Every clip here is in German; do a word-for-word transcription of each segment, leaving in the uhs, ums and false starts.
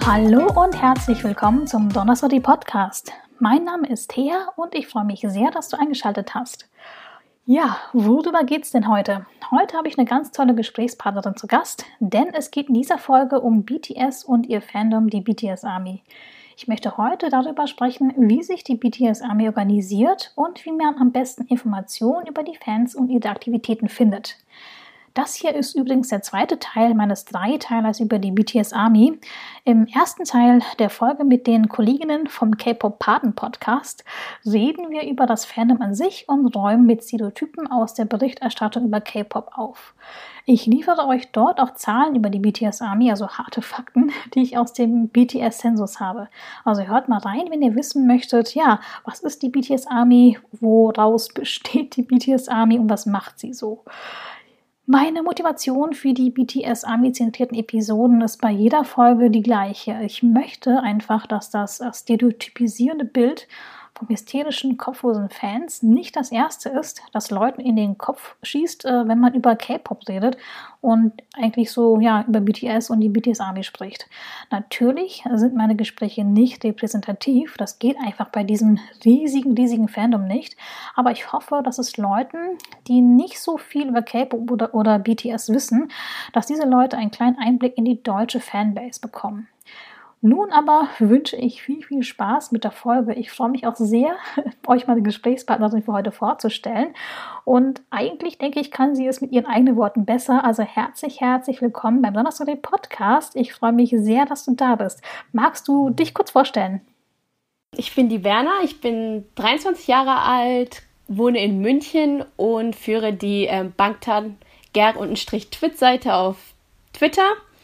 Hallo und herzlich willkommen zum Donnerstag Podcast. Mein Name ist Thea und ich freue mich sehr, dass du eingeschaltet hast. Ja, worüber geht's denn heute? Heute habe ich eine ganz tolle Gesprächspartnerin zu Gast, denn es geht in dieser Folge um B T S und ihr Fandom, die B T S Army. Ich möchte heute darüber sprechen, wie sich die B T S Army organisiert und wie man am besten Informationen über die Fans und ihre Aktivitäten findet. Das hier ist übrigens der zweite Teil meines Dreiteilers über die B T S Army. Im ersten Teil der Folge mit den Kolleginnen vom K-Pop-Paten-Podcast reden wir über das Fandom an sich und räumen mit Stereotypen aus der Berichterstattung über K-Pop auf. Ich liefere euch dort auch Zahlen über die B T S Army, also harte Fakten, die ich aus dem B T S-Zensus habe. Also hört mal rein, wenn ihr wissen möchtet, ja, was ist die B T S Army, woraus besteht die B T S Army und was macht sie so? Meine Motivation für die B T S Army-zentrierten Episoden ist bei jeder Folge die gleiche. Ich möchte einfach, dass das stereotypisierende Bild vom hysterischen, kopflosen Fans nicht das erste ist, das Leuten in den Kopf schießt, wenn man über K-Pop redet und eigentlich so ja über B T S und die B T S Army spricht. Natürlich sind meine Gespräche nicht repräsentativ, das geht einfach bei diesem riesigen, riesigen Fandom nicht, aber ich hoffe, dass es Leuten, die nicht so viel über K-Pop oder, oder B T S wissen, dass diese Leute einen kleinen Einblick in die deutsche Fanbase bekommen. Nun aber wünsche ich viel, viel Spaß mit der Folge. Ich freue mich auch sehr, euch meine Gesprächspartnerin für heute vorzustellen. Und eigentlich denke ich, kann sie es mit ihren eigenen Worten besser. Also herzlich, herzlich willkommen beim Donnerstag Podcast. Ich freue mich sehr, dass du da bist. Magst du dich kurz vorstellen? Ich bin die Verna, ich bin dreiundzwanzig Jahre alt, wohne in München und führe die äh, Bangtan-Ger-Twit-Seite auf Twitter.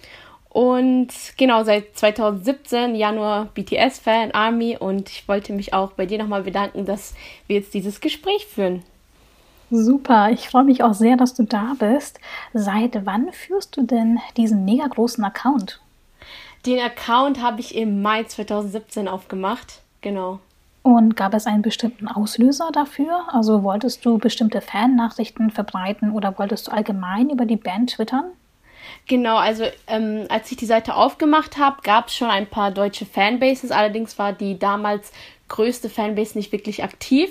Und genau, seit zwanzig siebzehn Januar B T S-Fan, Army, und ich wollte mich auch bei dir nochmal bedanken, dass wir jetzt dieses Gespräch führen. Super, ich freue mich auch sehr, dass du da bist. Seit wann führst du denn diesen mega großen Account? Den Account habe ich im Mai zwanzig siebzehn aufgemacht, genau. Und gab es einen bestimmten Auslöser dafür? Also wolltest du bestimmte Fan-Nachrichten verbreiten oder wolltest du allgemein über die Band twittern? Genau, also ähm, als ich die Seite aufgemacht habe, gab es schon ein paar deutsche Fanbases, allerdings war die damals größte Fanbase nicht wirklich aktiv.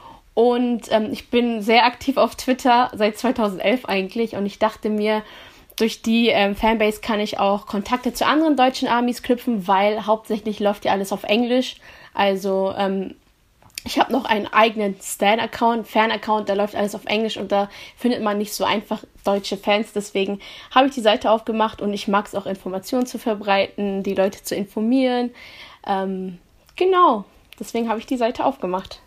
Und ähm, ich bin sehr aktiv auf Twitter, seit zwanzig elf eigentlich, und ich dachte mir, durch die ähm, Fanbase kann ich auch Kontakte zu anderen deutschen Armys knüpfen, weil hauptsächlich läuft ja alles auf Englisch. Also ähm, ich habe noch einen eigenen Stan-Account, Fan-Account, da läuft alles auf Englisch und da findet man nicht so einfach deutsche Fans. Deswegen habe ich die Seite aufgemacht und ich mag es auch, Informationen zu verbreiten, die Leute zu informieren. Ähm, genau, deswegen habe ich die Seite aufgemacht.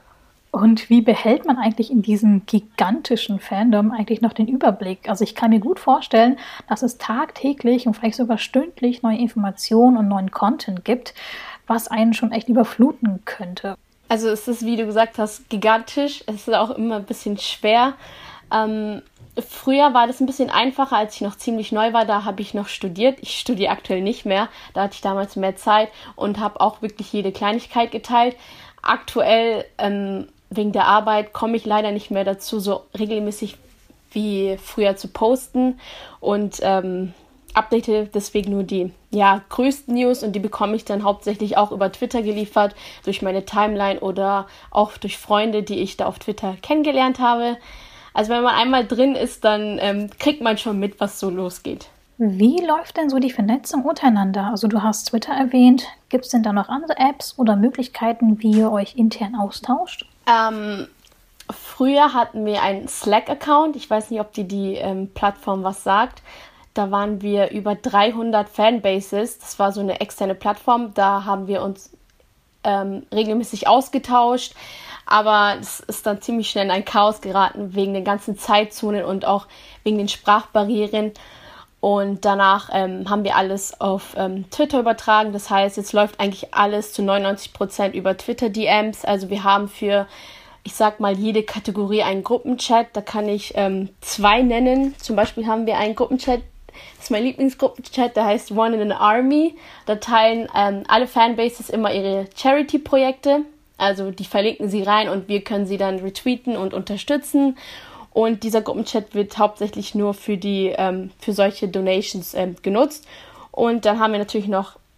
Und wie behält man eigentlich in diesem gigantischen Fandom eigentlich noch den Überblick? Also ich kann mir gut vorstellen, dass es tagtäglich und vielleicht sogar stündlich neue Informationen und neuen Content gibt, was einen schon echt überfluten könnte. Also es ist, wie du gesagt hast, gigantisch. Es ist auch immer ein bisschen schwer. Ähm, früher war das ein bisschen einfacher, als ich noch ziemlich neu war. Da habe ich noch studiert. Ich studiere aktuell nicht mehr. Da hatte ich damals mehr Zeit und habe auch wirklich jede Kleinigkeit geteilt. Aktuell, ähm, wegen der Arbeit, komme ich leider nicht mehr dazu, so regelmäßig wie früher zu posten. Und ähm, update deswegen nur die ja, größten News, und die bekomme ich dann hauptsächlich auch über Twitter geliefert, durch meine Timeline oder auch durch Freunde, die ich da auf Twitter kennengelernt habe. Also wenn man einmal drin ist, dann ähm, kriegt man schon mit, was so losgeht. Wie läuft denn so die Vernetzung untereinander? Also du hast Twitter erwähnt. Gibt es denn da noch andere Apps oder Möglichkeiten, wie ihr euch intern austauscht? Ähm, früher hatten wir einen Slack-Account. Ich weiß nicht, ob dir die ähm, Plattform was sagt. Da waren wir über dreihundert Fanbases. Das war so eine externe Plattform. Da haben wir uns ähm, regelmäßig ausgetauscht. Aber es ist dann ziemlich schnell in ein Chaos geraten wegen den ganzen Zeitzonen und auch wegen den Sprachbarrieren. Und danach ähm, haben wir alles auf ähm, Twitter übertragen. Das heißt, jetzt läuft eigentlich alles zu neunundneunzig Prozent über Twitter-D Ms. Also wir haben für, ich sag mal, jede Kategorie einen Gruppenchat. Da kann ich ähm, zwei nennen. Zum Beispiel haben wir einen Gruppenchat, das ist mein Lieblingsgruppenchat, der heißt One in an Army. Da teilen ähm, alle Fanbases immer ihre Charity-Projekte. Also die verlinken sie rein und wir können sie dann retweeten und unterstützen. Und dieser Gruppenchat wird hauptsächlich nur für die ähm, für solche Donations ähm, genutzt. Und dann haben wir natürlich noch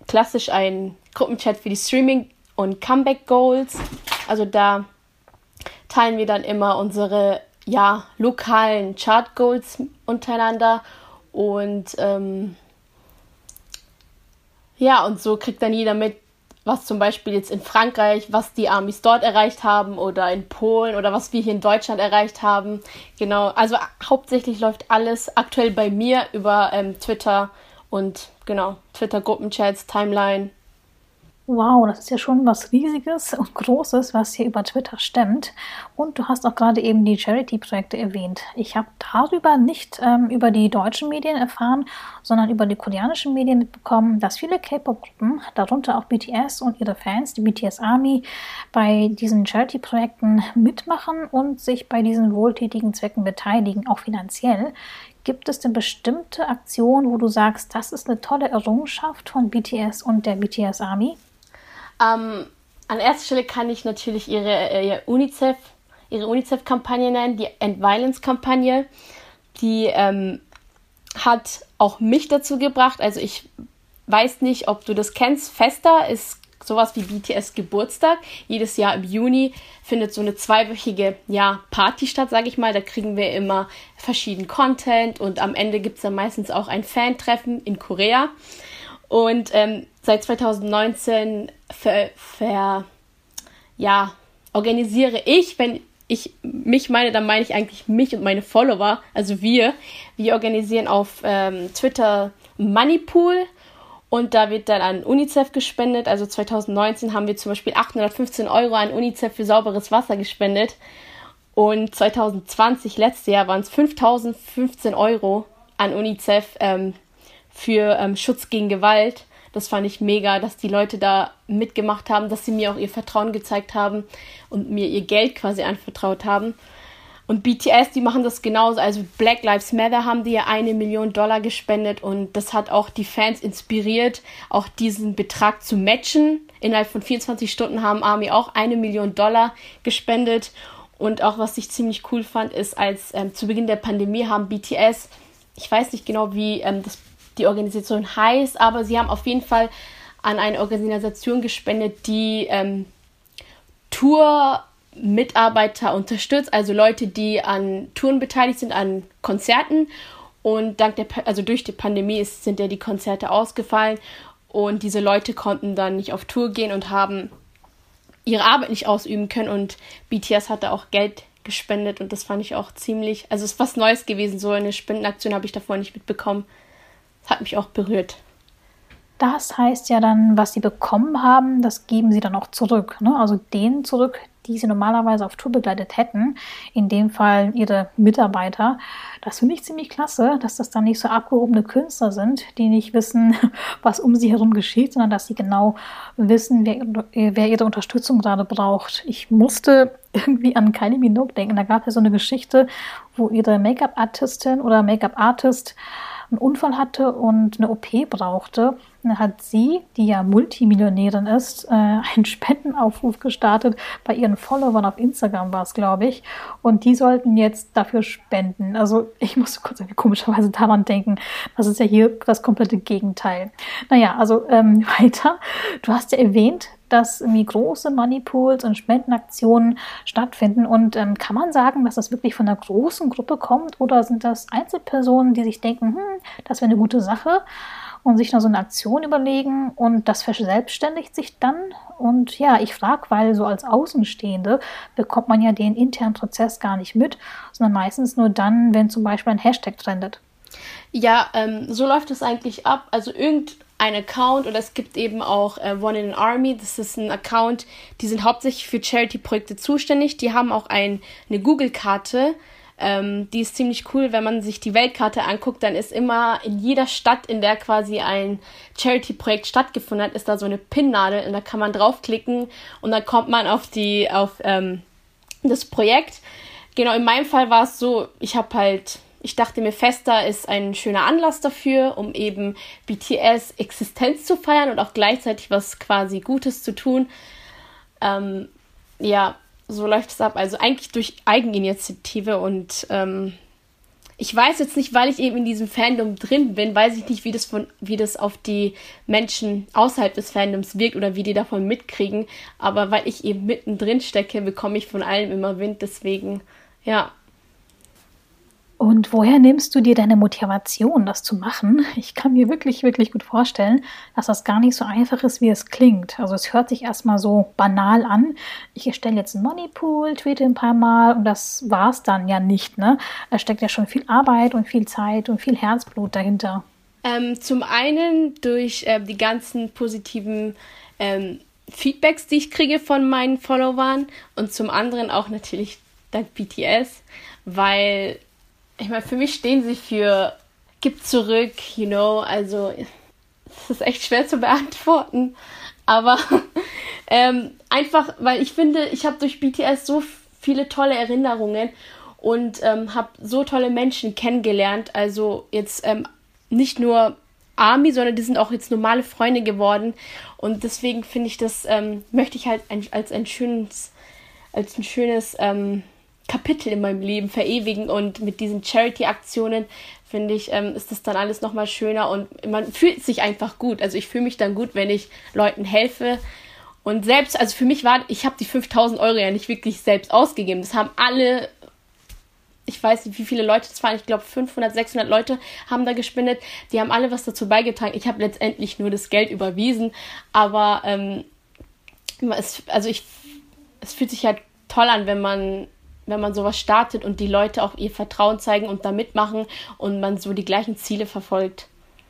klassisch ein Gruppenchat für die Streaming- und Comeback-Goals. Also da teilen wir dann immer unsere ja, lokalen Chart-Goals untereinander und ähm, ja, und so kriegt dann jeder mit, was zum Beispiel jetzt in Frankreich, was die Amis dort erreicht haben oder in Polen oder was wir hier in Deutschland erreicht haben. Genau, also hauptsächlich läuft alles aktuell bei mir über ähm, Twitter und genau, Twitter-Gruppenchats, Timeline. Wow, das ist ja schon was Riesiges und Großes, was hier über Twitter stemmt. Und du hast auch gerade eben die Charity-Projekte erwähnt. Ich habe darüber nicht ähm, über die deutschen Medien erfahren, sondern über die koreanischen Medien mitbekommen, dass viele K-Pop-Gruppen, darunter auch B T S und ihre Fans, die B T S Army, bei diesen Charity-Projekten mitmachen und sich bei diesen wohltätigen Zwecken beteiligen, auch finanziell. Gibt es denn bestimmte Aktionen, wo du sagst, das ist eine tolle Errungenschaft von B T S und der B T S Army? Ähm, an erster Stelle kann ich natürlich ihre, äh, ihre UNICEF, ihre UNICEF-Kampagne nennen, die End-Violence-Kampagne. Die ähm, hat auch mich dazu gebracht. Also ich weiß nicht, ob du das kennst. Festa ist sowas wie B T S Geburtstag. Jedes Jahr im Juni findet so eine zweiwöchige ja, Party statt, sage ich mal. Da kriegen wir immer verschiedenen Content und am Ende gibt es dann meistens auch ein Fan-Treffen in Korea. Und ähm, seit zwanzig neunzehn ver, ver, ja, organisiere ich, wenn ich mich meine, dann meine ich eigentlich mich und meine Follower, also wir. Wir organisieren auf ähm, Twitter Moneypool und da wird dann an UNICEF gespendet. Also zwanzig neunzehn haben wir zum Beispiel achthundertfünfzehn Euro an UNICEF für sauberes Wasser gespendet und zwanzig zwanzig, letztes Jahr, waren es fünftausendfünfzehn Euro an UNICEF ähm, für ähm, Schutz gegen Gewalt. Das fand ich mega, dass die Leute da mitgemacht haben, dass sie mir auch ihr Vertrauen gezeigt haben und mir ihr Geld quasi anvertraut haben. Und B T S, die machen das genauso. Also Black Lives Matter haben die ja eine Million Dollar gespendet und das hat auch die Fans inspiriert, auch diesen Betrag zu matchen. Innerhalb von vierundzwanzig Stunden haben Army auch eine Million Dollar gespendet. Und auch was ich ziemlich cool fand, ist, als ähm, zu Beginn der Pandemie haben B T S, ich weiß nicht genau, wie ähm, das die Organisation heißt, aber sie haben auf jeden Fall an eine Organisation gespendet, die ähm, Tour-Mitarbeiter unterstützt, also Leute, die an Touren beteiligt sind, an Konzerten. Und dank der, also durch die Pandemie ist, sind ja die Konzerte ausgefallen und diese Leute konnten dann nicht auf Tour gehen und haben ihre Arbeit nicht ausüben können und B T S hatte auch Geld gespendet und das fand ich auch ziemlich, also es ist was Neues gewesen, so eine Spendenaktion habe ich davor nicht mitbekommen. Hat mich auch berührt. Das heißt ja dann, was sie bekommen haben, das geben sie dann auch zurück. Ne? Also denen zurück, die sie normalerweise auf Tour begleitet hätten. In dem Fall ihre Mitarbeiter. Das finde ich ziemlich klasse, dass das dann nicht so abgehobene Künstler sind, die nicht wissen, was um sie herum geschieht, sondern dass sie genau wissen, wer, wer ihre Unterstützung gerade braucht. Ich musste irgendwie an Kylie Minogue denken. Da gab es ja so eine Geschichte, wo ihre Make-up-Artistin oder Make-up-Artist einen Unfall hatte und eine O P brauchte. Und dann hat sie, die ja Multimillionärin ist, äh, einen Spendenaufruf gestartet. Bei ihren Followern auf Instagram war es, glaube ich. Und die sollten jetzt dafür spenden. Also ich musste kurz irgendwie komischerweise daran denken. Das ist ja hier das komplette Gegenteil. Naja, also ähm, weiter. Du hast ja erwähnt, dass irgendwie große Moneypools und Spendenaktionen stattfinden. Und ähm, kann man sagen, dass das wirklich von einer großen Gruppe kommt? Oder sind das Einzelpersonen, die sich denken, hm, das wäre eine gute Sache und sich noch so eine Aktion überlegen und das verselbstständigt sich dann? Und ja, ich frage, weil so als Außenstehende bekommt man ja den internen Prozess gar nicht mit, sondern meistens nur dann, wenn zum Beispiel ein Hashtag trendet. Ja, ähm, so läuft es eigentlich ab. Also irgendein Account oder es gibt eben auch äh, One in an Army, das ist ein Account, die sind hauptsächlich für Charity-Projekte zuständig. Die haben auch ein, eine Google-Karte, ähm, die ist ziemlich cool. Wenn man sich die Weltkarte anguckt, dann ist immer in jeder Stadt, in der quasi ein Charity-Projekt stattgefunden hat, ist da so eine Pinnadel und da kann man draufklicken und dann kommt man auf die auf ähm, das Projekt. Genau, in meinem Fall war es so, ich habe halt Ich dachte mir, Festa ist ein schöner Anlass dafür, um eben B T S Existenz zu feiern und auch gleichzeitig was quasi Gutes zu tun. Ähm, ja, so läuft es ab. Also eigentlich durch Eigeninitiative und ähm, ich weiß jetzt nicht, weil ich eben in diesem Fandom drin bin, weiß ich nicht, wie das von, wie das auf die Menschen außerhalb des Fandoms wirkt oder wie die davon mitkriegen. Aber weil ich eben mittendrin stecke, bekomme ich von allem immer Wind. Deswegen, ja. Und woher nimmst du dir deine Motivation, das zu machen? Ich kann mir wirklich, wirklich gut vorstellen, dass das gar nicht so einfach ist, wie es klingt. Also es hört sich erstmal so banal an. Ich erstelle jetzt einen Moneypool, tweete ein paar Mal und das war's dann ja nicht, ne? Da steckt ja schon viel Arbeit und viel Zeit und viel Herzblut dahinter. Ähm, zum einen durch äh, die ganzen positiven ähm, Feedbacks, die ich kriege von meinen Followern und zum anderen auch natürlich dank B T S, weil ich meine, für mich stehen sie für gib zurück, you know, also es ist echt schwer zu beantworten, aber ähm, einfach, weil ich finde, ich habe durch B T S so viele tolle Erinnerungen und ähm, habe so tolle Menschen kennengelernt, also jetzt ähm, nicht nur ARMY, sondern die sind auch jetzt normale Freunde geworden und deswegen finde ich das, ähm, möchte ich halt ein, als ein schönes, als ein schönes, ähm, Kapitel in meinem Leben verewigen und mit diesen Charity-Aktionen, finde ich, ähm, ist das dann alles nochmal schöner und man fühlt sich einfach gut. Also ich fühle mich dann gut, wenn ich Leuten helfe und selbst, also für mich war, ich habe die fünftausend Euro ja nicht wirklich selbst ausgegeben. Das haben alle, ich weiß nicht, wie viele Leute das waren, ich glaube fünfhundert, sechshundert Leute haben da gespendet. Die haben alle was dazu beigetragen. Ich habe letztendlich nur das Geld überwiesen, aber ähm, es, also ich, es fühlt sich halt toll an, wenn man wenn man sowas startet und die Leute auch ihr Vertrauen zeigen und da mitmachen und man so die gleichen Ziele verfolgt.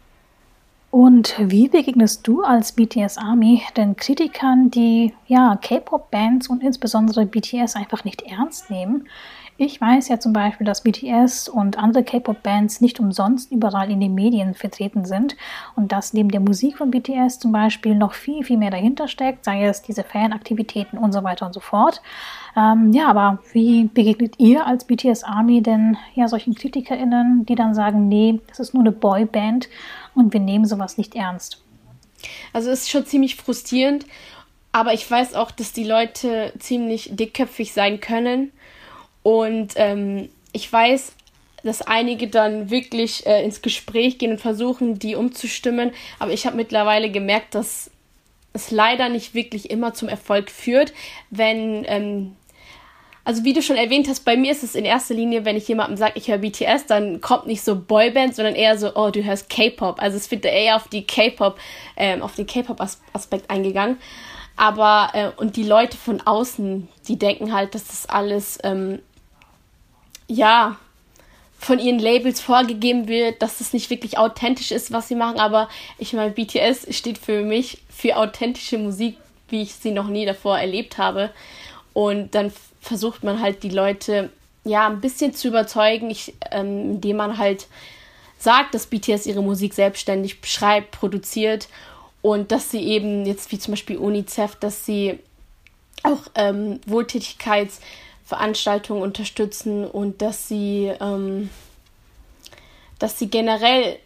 Und wie begegnest du als B T S ARMY den Kritikern, die ja K-Pop-Bands und insbesondere B T S einfach nicht ernst nehmen? Ich weiß ja zum Beispiel, dass B T S und andere K-Pop-Bands nicht umsonst überall in den Medien vertreten sind und dass neben der Musik von B T S zum Beispiel noch viel, viel mehr dahinter steckt, sei es diese Fanaktivitäten und so weiter und so fort. Ähm, ja, aber wie begegnet ihr als B T S ARMY denn ja solchen KritikerInnen, die dann sagen, nee, das ist nur eine Boyband und wir nehmen sowas nicht ernst? Also es ist schon ziemlich frustrierend, aber ich weiß auch, dass die Leute ziemlich dickköpfig sein können. Und ähm, ich weiß, dass einige dann wirklich äh, ins Gespräch gehen und versuchen, die umzustimmen. Aber ich habe mittlerweile gemerkt, dass es leider nicht wirklich immer zum Erfolg führt. Wenn, ähm, also wie du schon erwähnt hast, bei mir ist es in erster Linie, wenn ich jemandem sage, ich höre B T S, dann kommt nicht so Boyband, sondern eher so, oh, du hörst K-Pop. Also es wird eher auf die K-Pop, ähm, auf den K-Pop-Aspekt eingegangen. Aber, äh, und die Leute von außen, die denken halt, dass das alles, ähm, ja, von ihren Labels vorgegeben wird, dass das nicht wirklich authentisch ist, was sie machen, aber ich meine, B T S steht für mich für authentische Musik, wie ich sie noch nie davor erlebt habe und dann f- versucht man halt die Leute, ja, ein bisschen zu überzeugen, ich, ähm, indem man halt sagt, dass B T S ihre Musik selbstständig schreibt, produziert und dass sie eben jetzt wie zum Beispiel UNICEF, dass sie auch ähm, Wohltätigkeits- Veranstaltungen unterstützen und dass sie, ähm, dass sie generell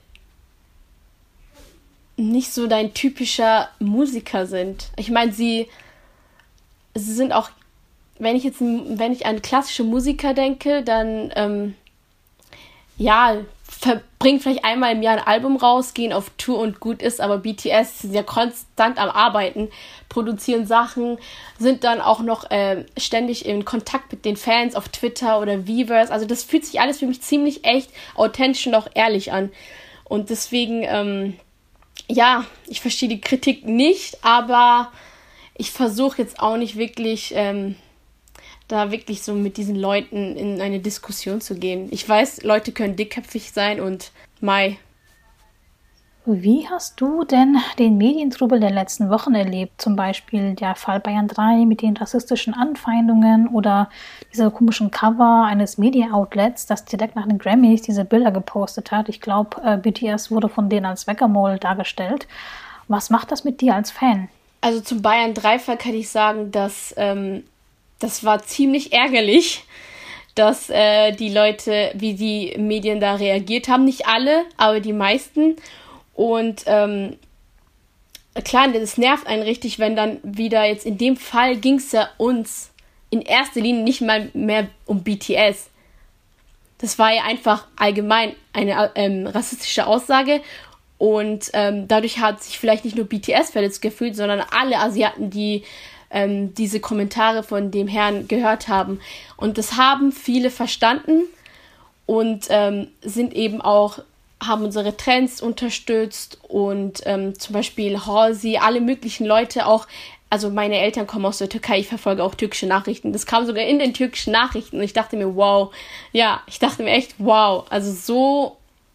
nicht so dein typischer Musiker sind. Ich meine, sie, sie sind auch, wenn ich jetzt, wenn ich an klassische Musiker denke, dann, ähm, ja, verbringen vielleicht einmal im Jahr ein Album raus, gehen auf Tour und gut ist, aber B T S sind ja konstant am Arbeiten, produzieren Sachen, sind dann auch noch äh, ständig in Kontakt mit den Fans auf Twitter oder Weverse. Also das fühlt sich alles für mich ziemlich echt authentisch und auch ehrlich an. Und deswegen, ähm, ja, ich verstehe die Kritik nicht, aber ich versuche jetzt auch nicht wirklich, ähm, da wirklich so mit diesen Leuten in eine Diskussion zu gehen. Ich weiß, Leute können dickköpfig sein und Mai. Wie hast du denn den Medientrubel der letzten Wochen erlebt? Zum Beispiel der Fall Bayern drei mit den rassistischen Anfeindungen oder dieser komischen Cover eines Media-Outlets, das direkt nach den Grammys diese Bilder gepostet hat. Ich glaube, B T S wurde von denen als Whack-a-Mole dargestellt. Was macht das mit dir als Fan? Also zum Bayern drei Fall kann ich sagen, dass ähm, das war ziemlich ärgerlich, dass äh, die Leute, wie die Medien da reagiert haben. Nicht alle, aber die meisten. Und ähm, klar, das nervt einen richtig, wenn dann wieder jetzt in dem Fall ging es ja uns in erster Linie nicht mal mehr um B T S. das war ja einfach allgemein eine ähm, rassistische Aussage. Und ähm, dadurch hat sich vielleicht nicht nur B T S verletzt gefühlt, sondern alle Asiaten, die ähm, diese Kommentare von dem Herrn gehört haben. Und das haben viele verstanden und ähm, sind eben auch, haben unsere Trends unterstützt und ähm, zum Beispiel Halsey, alle möglichen Leute auch. Also meine Eltern kommen aus der Türkei, ich verfolge auch türkische Nachrichten. Das kam sogar in den türkischen Nachrichten und ich dachte mir, wow. Ja, ich dachte mir echt, wow. Also so,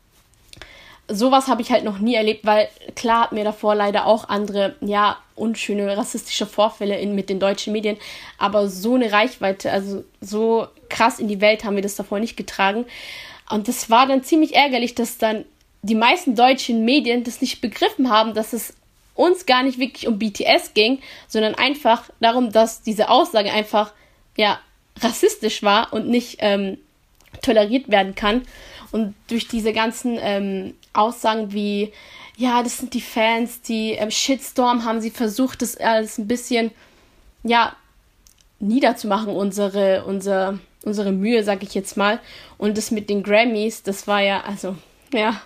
sowas habe ich halt noch nie erlebt, weil klar hatten wir davor leider auch andere, ja, unschöne rassistische Vorfälle in, mit den deutschen Medien. Aber so eine Reichweite, also so krass in die Welt haben wir das davor nicht getragen. Und das war dann ziemlich ärgerlich, dass dann die meisten deutschen Medien das nicht begriffen haben, dass es uns gar nicht wirklich um B T S ging, sondern einfach darum, dass diese Aussage einfach, ja, rassistisch war und nicht ähm, toleriert werden kann. Und durch diese ganzen ähm, Aussagen wie, ja, das sind die Fans, die ähm, Shitstorm, haben sie versucht, das alles ein bisschen, ja, niederzumachen, unsere, unsere, unsere Mühe, sag ich jetzt mal. Und das mit den Grammys, das war ja, also, ja,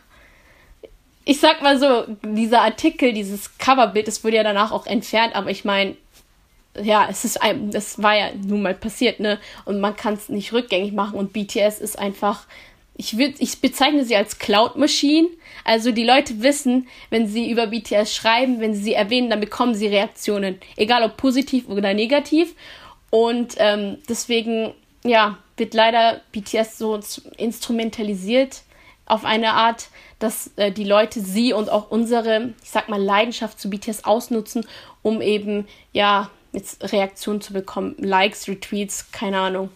ich sag mal so, dieser Artikel, dieses Coverbild, das wurde ja danach auch entfernt, aber ich meine, ja, es ist ein, das war ja nun mal passiert, ne? Und man kann es nicht rückgängig machen und B T S ist einfach, ich würd, ich bezeichne sie als Cloud Machine. Also die Leute wissen, wenn sie über B T S schreiben, wenn sie sie erwähnen, dann bekommen sie Reaktionen, egal ob positiv oder negativ. Und ähm, deswegen, ja, wird leider B T S so instrumentalisiert auf eine Art, dass äh, die Leute sie und auch unsere, ich sag mal, Leidenschaft zu B T S ausnutzen, um eben, ja, jetzt Reaktionen zu bekommen, Likes, Retweets, keine Ahnung.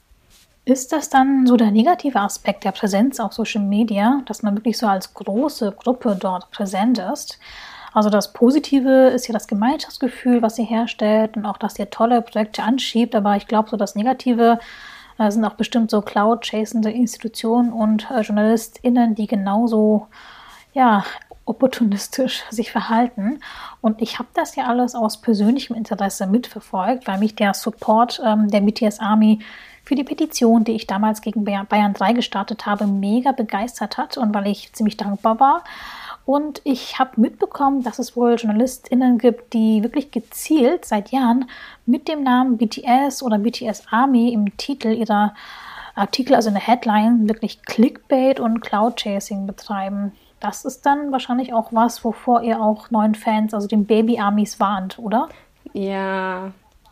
Ist das dann so der negative Aspekt der Präsenz auf Social Media, dass man wirklich so als große Gruppe dort präsent ist? Also das Positive ist ja das Gemeinschaftsgefühl, was ihr herstellt und auch, dass ihr tolle Projekte anschiebt, aber ich glaube, so das Negative äh, sind auch bestimmt so cloud-chasende Institutionen und äh, JournalistInnen, die genauso, ja, opportunistisch sich verhalten. Und ich habe das ja alles aus persönlichem Interesse mitverfolgt, weil mich der Support ähm, der B T S Army für die Petition, die ich damals gegen Bayern drei gestartet habe, mega begeistert hat und weil ich ziemlich dankbar war. Und ich habe mitbekommen, dass es wohl JournalistInnen gibt, die wirklich gezielt seit Jahren mit dem Namen B T S oder B T S Army im Titel ihrer Artikel, also in der Headline, wirklich Clickbait und Cloud-Chasing betreiben. Das ist dann wahrscheinlich auch was, wovor ihr auch neuen Fans, also den Baby-Armies, warnt, oder? Ja,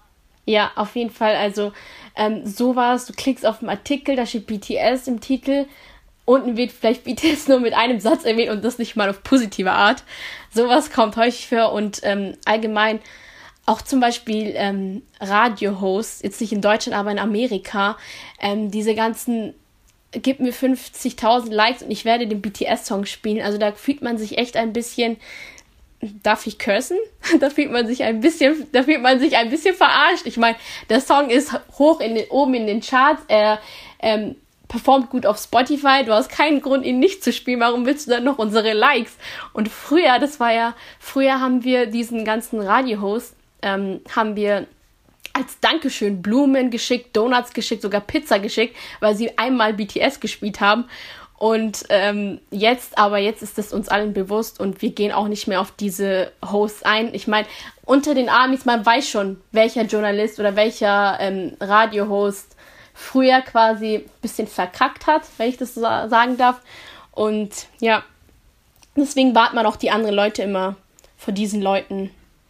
ja, auf jeden Fall. Also ähm, sowas, du klickst auf den Artikel, da steht B T S im Titel, unten wird vielleicht B T S nur mit einem Satz erwähnt und das nicht mal auf positive Art. Sowas kommt häufig vor und ähm, allgemein auch zum Beispiel ähm, Radio-Hosts, jetzt nicht in Deutschland, aber in Amerika, ähm, diese ganzen, gib mir fünfzigtausend Likes und ich werde den B T S-Song spielen. Also da fühlt man sich echt ein bisschen, darf ich cursen? Da fühlt man sich ein bisschen, da fühlt man sich ein bisschen verarscht. Ich meine, der Song ist hoch in den, oben in den Charts, er ähm, performt gut auf Spotify, du hast keinen Grund, ihn nicht zu spielen, warum willst du dann noch unsere Likes? Und früher, das war ja, früher haben wir diesen ganzen Radio-Host, ähm, haben wir als Dankeschön Blumen geschickt, Donuts geschickt, sogar Pizza geschickt, weil sie einmal B T S gespielt haben. Und ähm, jetzt, aber jetzt ist es uns allen bewusst und wir gehen auch nicht mehr auf diese Hosts ein. Ich meine, unter den Armies, man weiß schon, welcher Journalist oder welcher ähm, Radio-Host früher quasi ein bisschen verkackt hat, wenn ich das so sagen darf. Und ja, deswegen warnt man auch die anderen Leute immer vor diesen Leuten.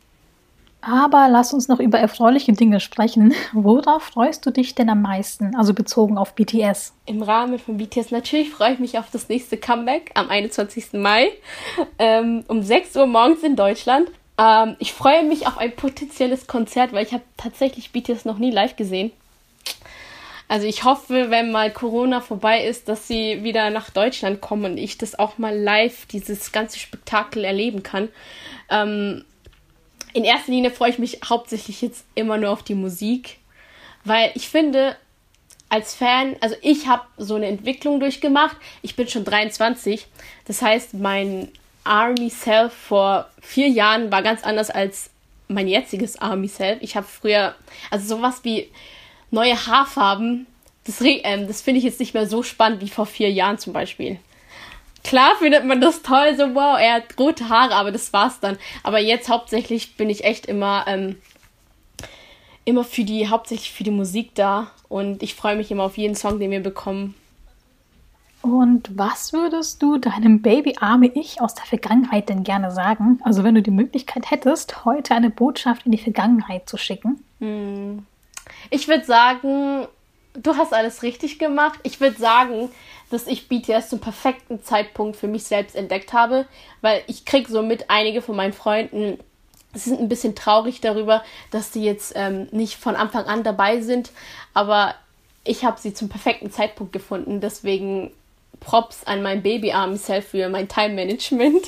Aber lass uns noch über erfreuliche Dinge sprechen. Worauf freust du dich denn am meisten, also bezogen auf B T S? Im Rahmen von B T S natürlich freue ich mich auf das nächste Comeback am einundzwanzigsten Mai ähm, um sechs Uhr morgens in Deutschland. Ähm, ich freue mich auf ein potenzielles Konzert, weil ich habe tatsächlich B T S noch nie live gesehen. Also ich hoffe, wenn mal Corona vorbei ist, dass sie wieder nach Deutschland kommen und ich das auch mal live, dieses ganze Spektakel erleben kann. Ähm, In erster Linie freue ich mich hauptsächlich jetzt immer nur auf die Musik, weil ich finde, als Fan, also ich habe so eine Entwicklung durchgemacht. Ich bin schon dreiundzwanzig, das heißt, mein Army-Self vor vier Jahren war ganz anders als mein jetziges Army-Self. Ich habe früher, also sowas wie neue Haarfarben das, ähm, das finde ich jetzt nicht mehr so spannend wie vor vier Jahren zum Beispiel. Klar findet man das toll, so wow, er hat rote Haare, aber das war's dann. Aber jetzt hauptsächlich bin ich echt immer, ähm, immer für die, hauptsächlich für die Musik da. Und ich freue mich immer auf jeden Song, den wir bekommen. Und was würdest du deinem babyarme Ich aus der Vergangenheit denn gerne sagen? Also wenn du die Möglichkeit hättest, heute eine Botschaft in die Vergangenheit zu schicken. Hm. Ich würde sagen, du hast alles richtig gemacht. Ich würde sagen, dass ich B T S zum perfekten Zeitpunkt für mich selbst entdeckt habe, weil ich kriege so mit, einige von meinen Freunden sind ein bisschen traurig darüber, dass die jetzt ähm, nicht von Anfang an dabei sind, aber ich habe sie zum perfekten Zeitpunkt gefunden, deswegen Props an mein babyarme Self für mein Time-Management.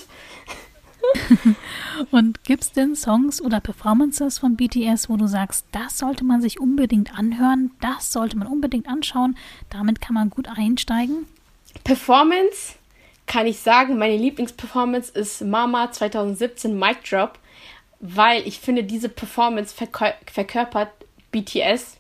Und gibt es denn Songs oder Performances von B T S, wo du sagst, das sollte man sich unbedingt anhören, das sollte man unbedingt anschauen, damit kann man gut einsteigen? Performance kann ich sagen, meine Lieblingsperformance ist Mama zwanzig siebzehn Mic Drop, weil ich finde, diese Performance verkör- verkörpert B T S.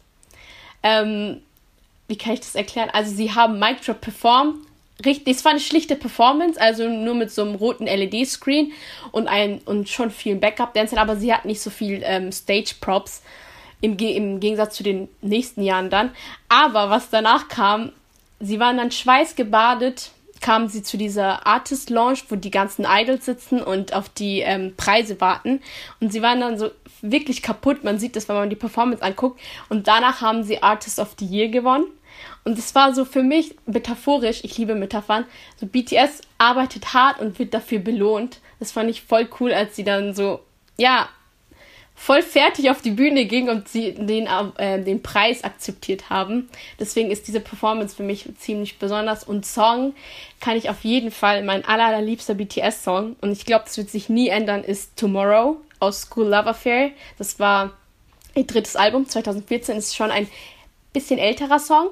Ähm, wie kann ich das erklären? Also sie haben Mic Drop performt. Richtig, es war eine schlichte Performance, also nur mit so einem roten L E D-Screen und, ein, und schon vielen Backup-Dancern, aber sie hat nicht so viel ähm, Stage-Props im, Ge- im Gegensatz zu den nächsten Jahren dann. Aber was danach kam, sie waren dann schweißgebadet, kamen sie zu dieser Artist-Lounge, wo die ganzen Idols sitzen und auf die ähm, Preise warten. Und sie waren dann so wirklich kaputt, man sieht das, wenn man die Performance anguckt. Und danach haben sie Artist of the Year gewonnen. Und es war so für mich metaphorisch, ich liebe Metaphern, so B T S arbeitet hart und wird dafür belohnt. Das fand ich voll cool, als sie dann so, ja, voll fertig auf die Bühne ging und sie den, äh, den Preis akzeptiert haben. Deswegen ist diese Performance für mich ziemlich besonders. Und Song kann ich auf jeden Fall, mein aller, allerliebster B T S-Song, und ich glaube, das wird sich nie ändern, ist Tomorrow aus School Love Affair. Das war ihr drittes Album, zwanzig vierzehn, ist schon ein bisschen älterer Song.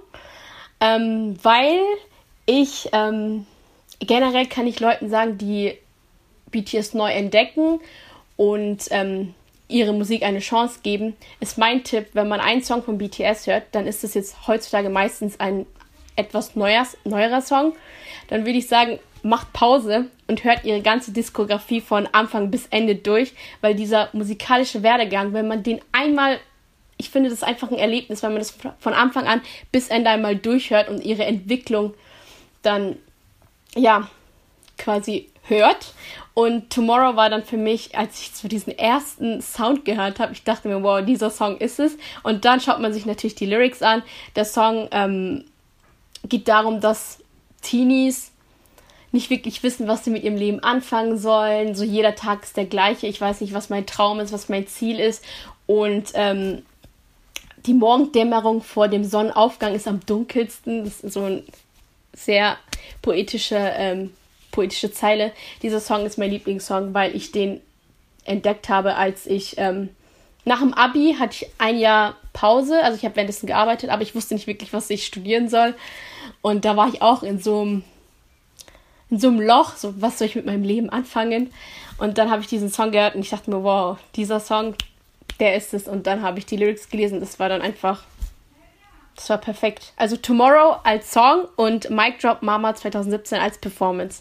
Ähm, weil ich, ähm, generell kann ich Leuten sagen, die B T S neu entdecken und ähm, ihre Musik eine Chance geben, ist mein Tipp, wenn man einen Song von B T S hört, dann ist es jetzt heutzutage meistens ein etwas neuer, neuerer Song. Dann würde ich sagen, macht Pause und hört ihre ganze Diskografie von Anfang bis Ende durch, weil dieser musikalische Werdegang, wenn man den einmal, ich finde das einfach ein Erlebnis, wenn man das von Anfang an bis Ende einmal durchhört und ihre Entwicklung dann, ja, quasi hört. Und Tomorrow war dann für mich, als ich so diesen ersten Sound gehört habe, ich dachte mir, wow, dieser Song ist es. Und dann schaut man sich natürlich die Lyrics an. Der Song ähm, geht darum, dass Teenies nicht wirklich wissen, was sie mit ihrem Leben anfangen sollen. So jeder Tag ist der gleiche. Ich weiß nicht, was mein Traum ist, was mein Ziel ist. Und ähm, die Morgendämmerung vor dem Sonnenaufgang ist am dunkelsten. Das ist so eine sehr poetische, ähm, poetische Zeile. Dieser Song ist mein Lieblingssong, weil ich den entdeckt habe, als ich ähm, nach dem Abi hatte ich ein Jahr Pause. Also ich habe währenddessen gearbeitet, aber ich wusste nicht wirklich, was ich studieren soll. Und da war ich auch in so einem in so einem Loch, so was soll ich mit meinem Leben anfangen? Und dann habe ich diesen Song gehört und ich dachte mir, wow, dieser Song, der ist es. Und dann habe ich die Lyrics gelesen. Das war dann einfach, das war perfekt. Also Tomorrow als Song und Mic Drop Mama zwanzig siebzehn als Performance.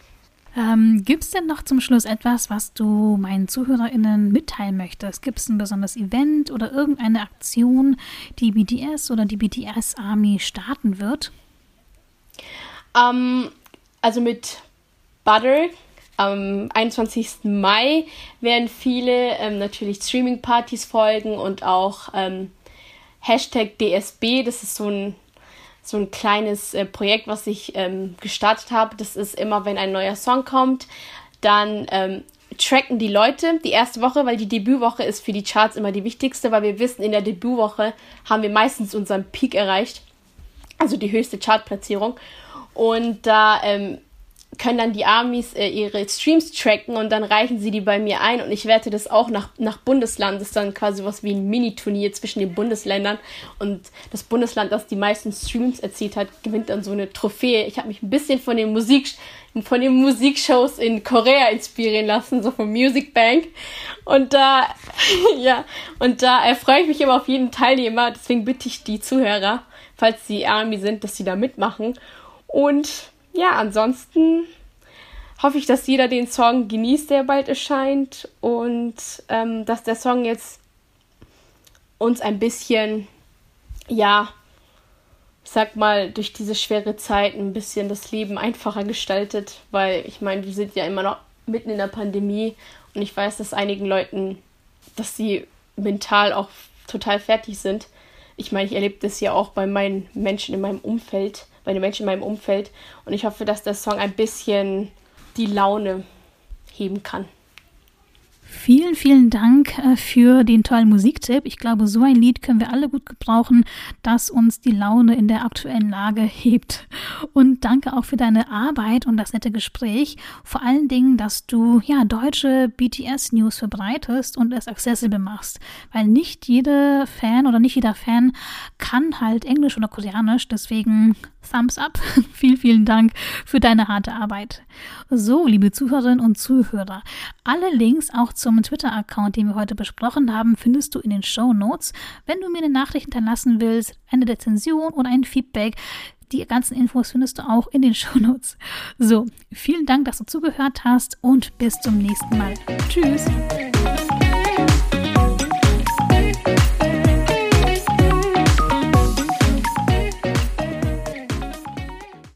Ähm, gibt es denn noch zum Schluss etwas, was du meinen ZuhörerInnen mitteilen möchtest? Gibt es ein besonderes Event oder irgendeine Aktion, die B T S oder die B T S Army starten wird? Ähm, also mit Butter am einundzwanzigsten Mai werden viele ähm, natürlich Streaming-Partys folgen und auch ähm, Hashtag D S B, das ist so ein so ein kleines äh, Projekt, was ich ähm, gestartet habe. Das ist immer, wenn ein neuer Song kommt, dann ähm, tracken die Leute die erste Woche, weil die Debütwoche ist für die Charts immer die wichtigste, weil wir wissen, in der Debütwoche haben wir meistens unseren Peak erreicht, also die höchste Chartplatzierung. Und da ähm, können dann die Armys äh, ihre Streams tracken und dann reichen sie die bei mir ein und ich werte das auch nach, nach Bundesland. Das ist dann quasi was wie ein Mini-Turnier zwischen den Bundesländern und das Bundesland, das die meisten Streams erzielt hat, gewinnt dann so eine Trophäe. Ich habe mich ein bisschen von den Musik, von den Musikshows in Korea inspirieren lassen, so vom Music Bank. Und da, ja, und da erfreue ich mich immer auf jeden Teilnehmer. Deswegen bitte ich die Zuhörer, falls sie Army sind, dass sie da mitmachen. Und ja, ansonsten hoffe ich, dass jeder den Song genießt, der bald erscheint, und ähm, dass der Song jetzt uns ein bisschen, ja, ich sag mal, durch diese schwere Zeit ein bisschen das Leben einfacher gestaltet, weil ich meine, wir sind ja immer noch mitten in der Pandemie und ich weiß, dass einigen Leuten, dass sie mental auch total fertig sind. Ich meine, ich erlebe das ja auch bei meinen Menschen in meinem Umfeld, bei den Menschen in meinem Umfeld, und ich hoffe, dass der Song ein bisschen die Laune heben kann. Vielen, vielen Dank für den tollen Musiktipp. Ich glaube, so ein Lied können wir alle gut gebrauchen, das uns die Laune in der aktuellen Lage hebt. Und danke auch für deine Arbeit und das nette Gespräch. Vor allen Dingen, dass du ja deutsche B T S-News verbreitest und es accessible machst. Weil nicht jede Fan oder nicht jeder Fan kann halt Englisch oder Koreanisch. Deswegen Thumbs up. Vielen, vielen Dank für deine harte Arbeit. So, liebe Zuhörerinnen und Zuhörer, alle Links auch zum Twitter-Account, den wir heute besprochen haben, findest du in den Shownotes. Wenn du mir eine Nachricht hinterlassen willst, eine Rezension oder ein Feedback, die ganzen Infos findest du auch in den Shownotes. So, vielen Dank, dass du zugehört hast und bis zum nächsten Mal. Tschüss!